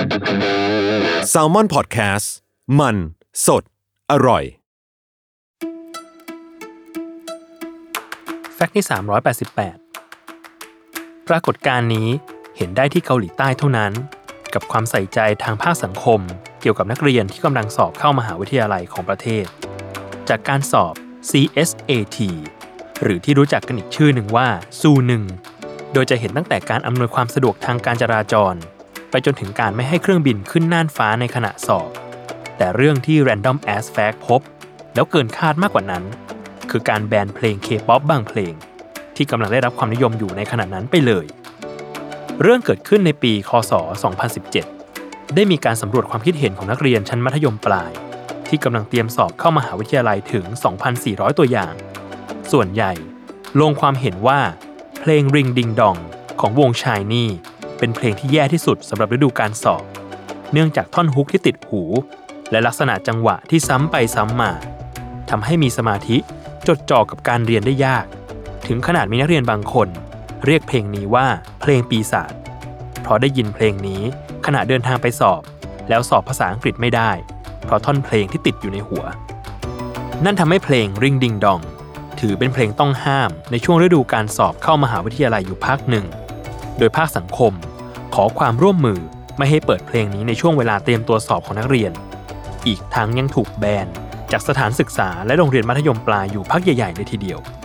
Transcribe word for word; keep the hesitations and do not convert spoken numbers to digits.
Salmon Podcast มันสดอร่อยแฟกต์ที่สามร้อยแปดสิบแปดปรากฏการณ์นี้เห็นได้ที่เกาหลีใต้เท่านั้นกับความใส่ใจทางภาคสังคมเกี่ยวกับนักเรียนที่กำลังสอบเข้ามหาวิทยาลัยของประเทศจากการสอบ ซี เอส เอ ที หรือที่รู้จักกันอีกชื่อหนึ่งว่าซูหนึ่งโดยจะเห็นตั้งแต่การอำนวยความสะดวกทางการจราจรไปจนถึงการไม่ให้เครื่องบินขึ้นน่านฟ้าในขณะสอบแต่เรื่องที่ Random as Fact พบแล้วเกินคาดมากกว่านั้นคือการแบนเพลง K-pop บางเพลงที่กำลังได้รับความนิยมอยู่ในขณะนั้นไปเลยเรื่องเกิดขึ้นในปี ค.ศ. สองพันสิบเจ็ดได้มีการสำรวจความคิดเห็นของนักเรียนชั้นมัธยมปลายที่กำลังเตรียมสอบเข้ามหาวิทยาลัยถึง สองพันสี่ร้อย ตัวอย่างส่วนใหญ่ลงความเห็นว่าเพลง Ring Ding Dong ของวง Shiny เป็นเพลงที่แย่ที่สุดสำหรับฤดูกาลสอบเนื่องจากท่อนฮุกที่ติดหูและลักษณะจังหวะที่ซ้ำไปซ้ำมาทำให้มีสมาธิจดจ่อกับการเรียนได้ยากถึงขนาดมีนักเรียนบางคนเรียกเพลงนี้ว่าเพลงปีศาจเพราะได้ยินเพลงนี้ขณะเดินทางไปสอบแล้วสอบภาษาอังกฤษไม่ได้เพราะท่อนเพลงที่ติดอยู่ในหัวนั่นทำให้เพลง Ring Ding Dong ถือเป็นเพลงต้องห้ามในช่วงฤดูการสอบเข้ามหาวิทยาลัยอยู่พักหนึ่งโดยภาคสังคมขอความร่วมมือไม่ให้เปิดเพลงนี้ในช่วงเวลาเตรียมตัวสอบของนักเรียนอีกทั้งยังถูกแบนจากสถานศึกษาและโรงเรียนมัธยมปลายอยู่พักใหญ่ๆเลยทีเดียว